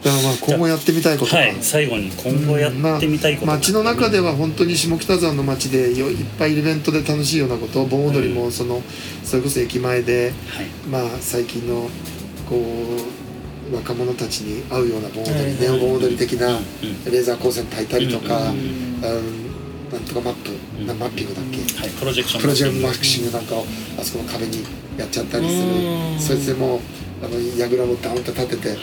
だからまあ今後やってみたいことか、 はい、最後に今後やってみたいこと、 街の中では本当に下北沢の街でいっぱいイベントで楽しいようなこと、盆踊りもそれこそ駅前で、まあ最近のこう若者たちに合うような盆踊り、ネオ盆踊り的なレーザー光線焚いたりとか、なんとかマッピングだっけ、 プロジェクションマッシングなんかをあそこの壁にやっちゃったりする。そいつでも櫓をダウンと立てて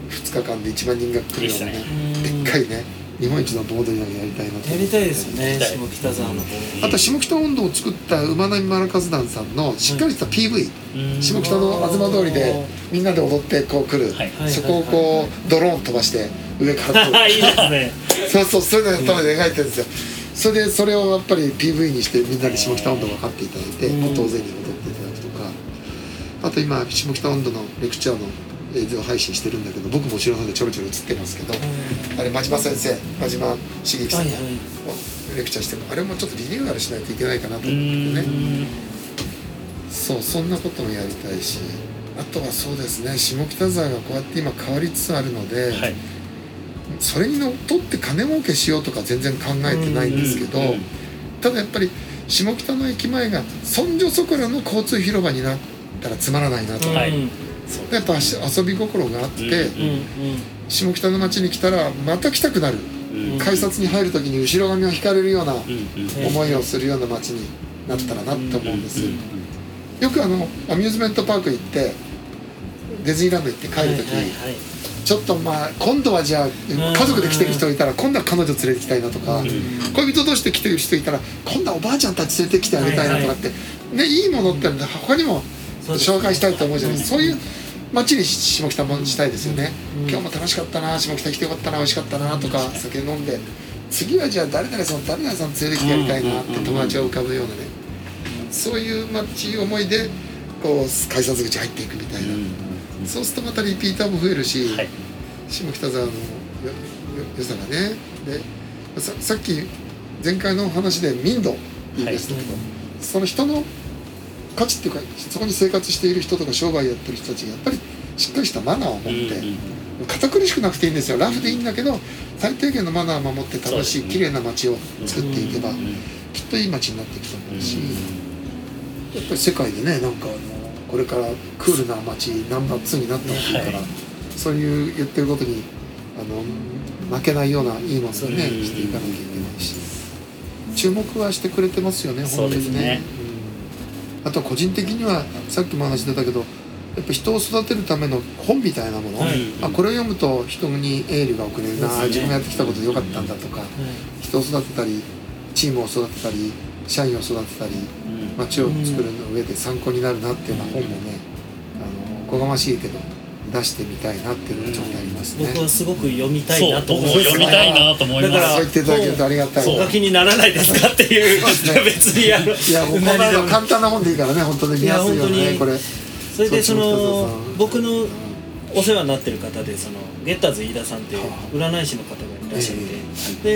2日間で1万人が来るようなね、でっかいね日本一の盆踊りなんかやりたいなと。 やりたいですよね、下北沢の盆踊り。 あと下北音頭を作った馬並マラカス団さんのしっかりした PV、下北の東通りでみんなで踊ってこう来る、そこをこうドローン飛ばして上からこういいですね。 そういうのを頭で描いてるんですよ。それをやっぱり PV にしてみんなで下北音頭分かっていただいて、もっと大勢に踊っていただくとか、あと今下北音頭のレクチャーの映像配信してるんだけど、僕も後ろの方でちょろちょろ映ってますけど、あれ真島先生、真島茂樹さんがレクチャーしても、あれもちょっとリニューアルしないといけないかなと思ってね。そんなこともやりたいし、あとはそうですね、下北沢がこうやって今変わりつつあるので、それにのっとって金儲けしようとか全然考えてないんですけど、ただやっぱり下北の駅前がそんじょそこらの交通広場になったらつまらないなと、やっぱ遊び心があって、下北の街に来たらまた来たくなる、改札に入る時に後ろ髪を引かれるような思いをするような街になったらなって思うんです。よくアミューズメントパーク行ってディズニーランド行って帰る時に、ちょっとまあ今度はじゃあ家族で来てる人いたら今度は彼女連れてきたいなとか、恋人同士で来てる人いたら今度はおばあちゃんたち連れてきてあげたいなとかってね、いいものって他にも紹介したいと思うじゃないですか。そういう街に下北もしたいですよね。今日も楽しかったな、下北来てよかったな、美味しかったなとか酒飲んで、次はじゃあ誰々さん連れてきてやりたいなって友達を浮かぶようなね、そういう街思いでこう改札口入っていくみたいな、そうするとまたリピーターも増えるし、下北沢の良さがね。でさっき前回の話で民度いいですけど、その人の価値っていうか、そこに生活している人とか商売やってる人たちがやっぱりしっかりしたマナーを持って、堅苦しくなくていいんですよ。ラフでいいんだけど最低限のマナーを守って楽しい綺麗な街を作っていけばきっといい街になっていくと思うし、やっぱり世界でね、なんかこれからクールな街ナンバー2になってほしいから、そういう言ってることに負けないようないいものをねしていかなきゃいけないし、注目はしてくれてますよね、本当にね。あと個人的にはさっきも話出たけど、やっぱ人を育てるための本みたいなもの、これを読むと人にエールが送れるな、自分がやってきたことでよかったんだとか、人を育てたりチームを育てたり社員を育てたり街を作るの上で参考になるなっていうような本もね、おこがましいけど出してみたいなっていうのがちょっとありますね。 僕はすごく読みたいなと思う。読みたいなと思います。 だからそう言っていただけるとありがたい。 お書きにならないですかっていう別にいやもうこんな簡単な本でいいからね、本当に見やすいよねこれ。 それで僕のお世話になってる方でゲッターズ飯田さんっていう占い師の方がいらっしゃって、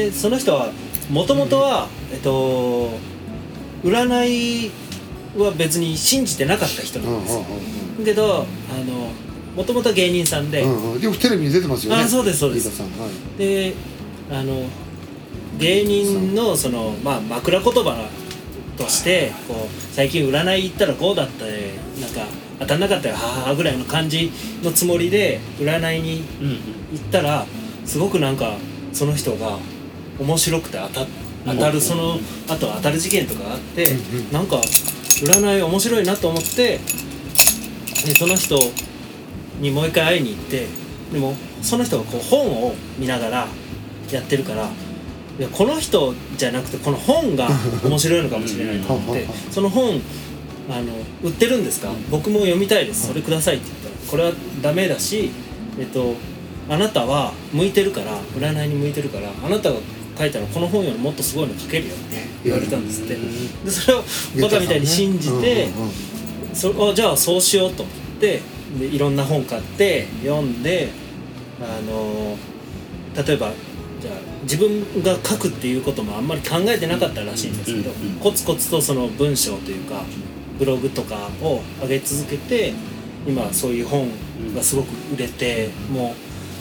でその人はもともとは占いは別に信じてなかった人なんですよ。けどもともと芸人さんで、 よくテレビに出てますよね。 そうですそうです。で芸人の枕言葉として最近占い行ったらこうだったね、なんか当たんなかったよははぐらいの感じのつもりで占いに行ったら、すごくなんかその人が面白くて当たる、そのあと当たる事件とかがあって、なんか占い面白いなと思って、でその人にもう一回会いに行って、でもその人が本を見ながらやってるから、いやこの人じゃなくてこの本が面白いのかもしれないと思ってその本売ってるんですか、僕も読みたいです、それくださいって言ったら、これはダメだし、あなたは向いてるから、占いに向いてるから、あなたが書いたらこの本よりもっとすごいの書けるよって言われたんですって。でそれをバカみたいに信じて、じゃあそうしようと思ってでいろんな本買って読んで、例えばじゃあ自分が書くっていうこともあんまり考えてなかったらしいんですけど、コツコツとその文章というかブログとかを上げ続けて、今そういう本がすごく売れて、もう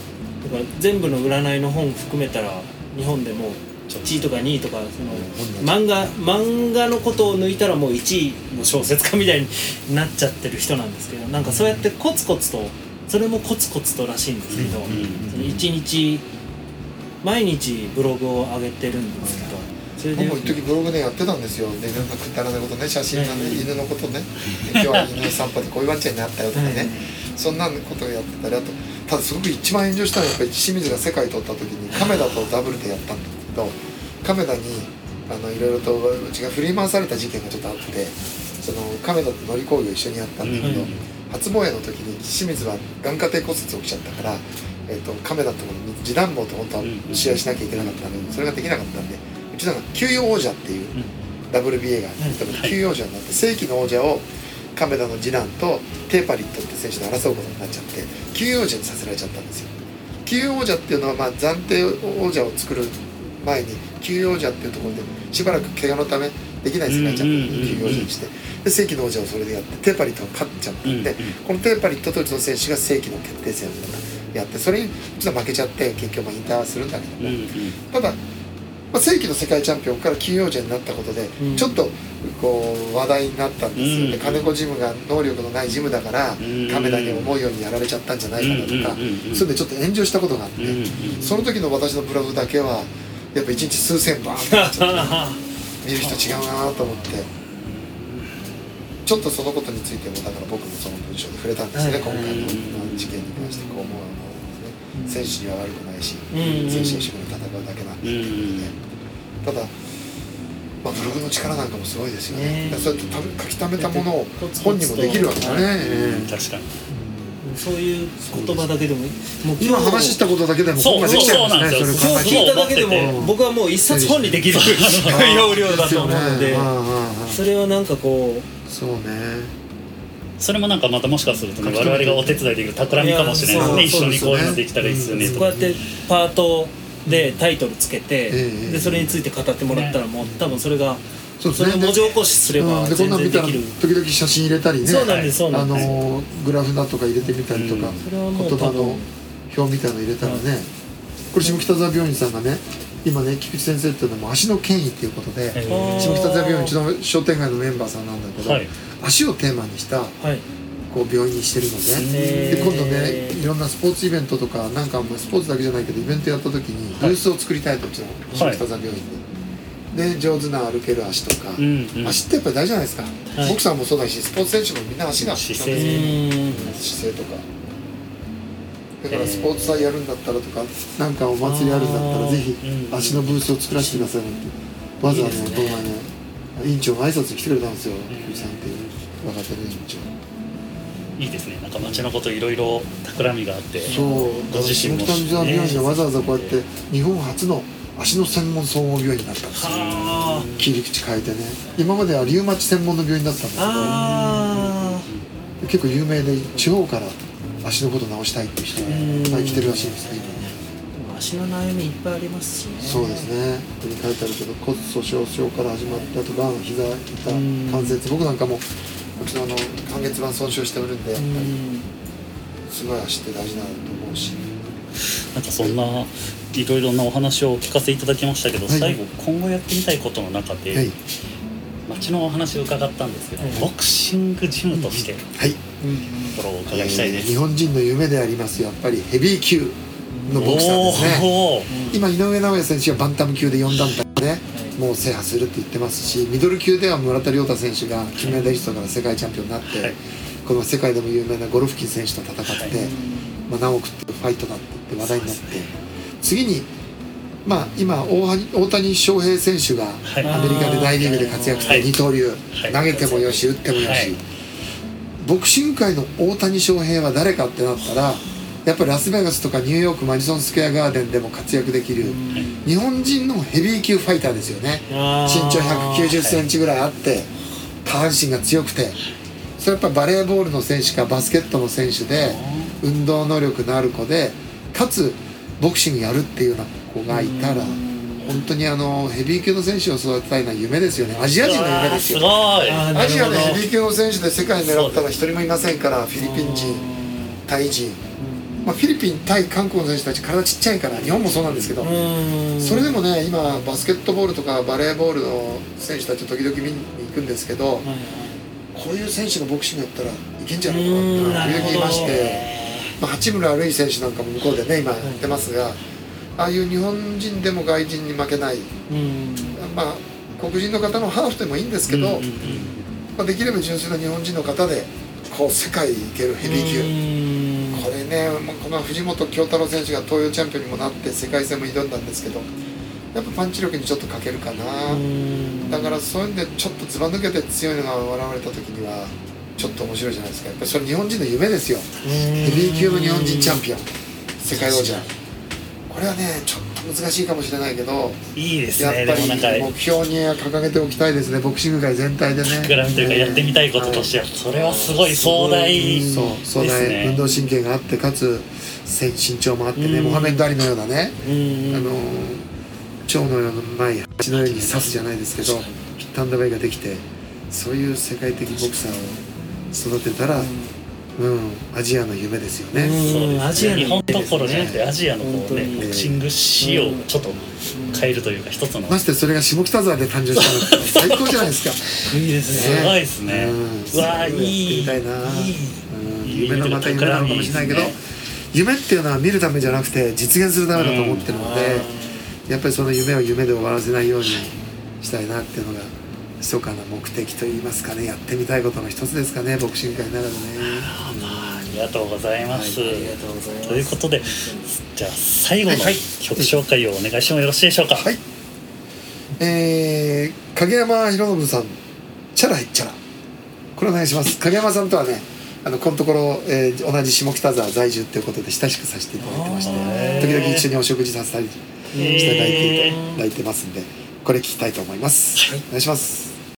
から全部の占いの本含めたら日本でも1位とか2位とかその漫画のことを抜いたらもう1位の小説家みたいになっちゃってる人なんですけど、なんかそうやってコツコツとそれもコツコツとらしいんですけど、その1日毎日ブログを上げてるんですけど、それで僕も一時ブログでやってたんですよ。でいろんなくだらないことね、写真なんで犬のことね、今日は犬の散歩でこういうワンちゃんになったよとかね、そんなことをやってたり、あとただすごく一番炎上したのはやっぱり清水が世界取った時に亀田とダブルでやったんだけど、亀田にいろいろとうちが振り回された事件がちょっとあって、その亀田と乗り工業一緒にやったんだけど、初防衛の時に清水は眼下底骨折起きちゃったから、亀田ところに示談棒と本当は試合しなきゃいけなかったので、それができなかったんで、うちのが休養王者っていう WBA が休養王者になって、正規の王者を亀田の次男とテーパリットって選手で争うことになっちゃって、休養王者にさせられちゃったんですよ。休養王者っていうのは暫定王者を作る前に休養王者っていうところでしばらく怪我のためできない世界チャンピオンを休養王者にして、で正規の王者をそれでやってテーパリットが勝っちゃったんで、このテーパリットとうちの選手が正規の決定戦をやって、それにちょっと負けちゃって結局引退はするんだけども、ただ正規の世界チャンピオンから休養者になったことで、ちょっとこう話題になったんですよね。金子ジムが能力のないジムだから亀田に思うようにやられちゃったんじゃないかなとか、それでちょっと炎上したことがあって、その時の私のブログだけはやっぱ1日数千バーンってなっちゃって見る人違うなと思って、ちょっとそのことについてもだから僕もその文章で触れたんですね、今回の事件に関して。こう思う選手には悪くないし、選手が一生懸命戦うだけなんでっていうことで、ただ、ブログの力なんかもすごいですよね。そうやって書き溜めたものを本にもできるわけだね。 確かにそういう言葉だけでも今話したことだけでも本ができちゃいますね。 それ今日聞いただけでも僕はもう一冊本にできる要領だと思うので、それはなんかこうそうね、 それもなんかまたもしかするとね、我々がお手伝いできる企みかもしれないですね。一緒にこういうのできたらいいですよねとか、 こうやってパートでタイトルつけて、でそれについて語ってもらったらもう多分それがそれを文字起こしすれば全然できる。 時々写真入れたりね、 そうなんですそうなんです。 グラフだとか入れてみたりとか、言葉の表みたいなの入れたらね、これ下北沢病院さんがね、今ね菊池先生っていうのも足の権威っていうことで、下北沢病院うちの商店街のメンバーさんなんだけど、足をテーマにしたこう病院にしてるので、で今度ねいろんなスポーツイベントとかなんかスポーツだけじゃないけどイベントやった時にブースを作りたいと、うちの下北沢病院で。で上手な歩ける足とか、足ってやっぱり大事じゃないですか、ボクサーもそうだしスポーツ選手もみんな足が姿勢とか、だからスポーツ祭やるんだったらとか、なんかお祭りあるんだったらぜひ足のブースを作らせてくださいってわざわざこの前ね委員長が挨拶に来てくれたんですよ、菊池さんっていう若手の委員長。 いいですね、なんか街のこといろいろ企みがあって、 そうご自身も下北沢病院がわざわざこうやって日本初の足の専門総合病院になったんですよ。切り口変えてね、今まではリウマチ専門の病院だったんだけど、結構有名で地方から足のこと治したいっていう人が来てるらしいんですね、今ね。 足の悩みいっぱいありますしね。 そうですね、ここに書いてあるけど骨粗しょう症から始まったとがん、膝痛、関節、僕なんかもうちの半月板損傷しておるんで、やっぱりすごい足って大事だなと思うし、 なんかそんないろいろなお話を聞かせていただきましたけど、最後今後やってみたいことの中で、街のお話を伺ったんですけど、ボクシングジムとしてところをお伺いしたいです。 日本人の夢でありますやっぱりヘビー級のボクサーですね。今井上尚弥選手がバンタム級で4団体ねもう制覇するって言ってますし、ミドル級では村田諒太選手が金メダリストから世界チャンピオンになって、この世界でも有名なゴロフキン選手と戦って、何億っていうファイトだって言って話題になって、次に今大谷翔平選手がアメリカで大リーグで活躍して二刀流、投げてもよし打ってもよし、ボクシング界の大谷翔平は誰かってなったらやっぱりラスベガスとかニューヨークマディソンスクエアガーデンでも活躍できる日本人のヘビー級ファイターですよね。身長190センチぐらいあって下半身が強くて、それやっぱバレーボールの選手かバスケットの選手で運動能力のある子でかつボクシングやるっていうような子がいたら本当にヘビー級の選手を育てたいのは夢ですよね。アジア人の夢ですよ。アジアでヘビー級の選手で世界に狙ったら一人もいませんから、フィリピン人、タイ人、 まあ、フィリピン対韓国の選手たち体ちっちゃいから日本もそうなんですけど、それでもね今バスケットボールとかバレーボールの選手たちを時々見に行くんですけど、こういう選手がボクシングやったらいけんじゃないかなって時々いまして、まあ、八村塁選手なんかも向こうでね今やってますが、ああいう日本人でも外人に負けない、まあ黒人の方のハーフでもいいんですけど、まあ、できれば純粋な日本人の方でこう世界行けるヘビー級、これねこの藤本京太郎選手が東洋チャンピオンにもなって世界戦も挑んだんですけど、やっぱパンチ力にちょっと欠けるかな。だからそういうんでちょっとずば抜けて強いのが現れた時にはちょっと面白いじゃないですか。やっぱりそれ日本人の夢ですよ。ヘビー級の日本人チャンピオン、世界王者。これはねちょっと難しいかもしれないけど、 いいですね。 やっぱり目標には掲げておきたいですね。ボクシング界全体でね。 膨らみというかやってみたいこととしては、それはすごい壮大ですね。 壮大、運動神経があってかつ身長もあってね、モハメッド・アリのようなね、蝶のような前蜂のように刺すじゃないですけど、ヒットアンドバイができて、そういう世界的ボクサーを育てたら、アジアの夢ですよね。 日本どころじゃなくてアジアのこうね、ボクシング史をちょっと変えるというか一つの。 ましてそれが下北沢で誕生したのって最高じゃないですか。 いいですね。すごいですね。うわいい。 みたいな。夢のまた夢なのかもしれないけど、夢っていうのは見るためじゃなくて実現するためだと思ってるので、やっぱりその夢を夢で終わらせないようにしたいなっていうのが密かな目的といいますかね、やってみたいことの一つですかね、ボクシング界の中でね。 ありがとうございます。 ありがとうございます。 ということで、じゃあ最後の曲紹介をお願いしてもよろしいでしょうか。 はい。影山博信さん、チャラヘッチャラ。これお願いします。影山さんとはね、このところ、同じ下北沢在住ということで親しくさせていただいてまして、時々一緒にお食事させたりしていただいてますんで、これ聞きたいと思います。お願いします。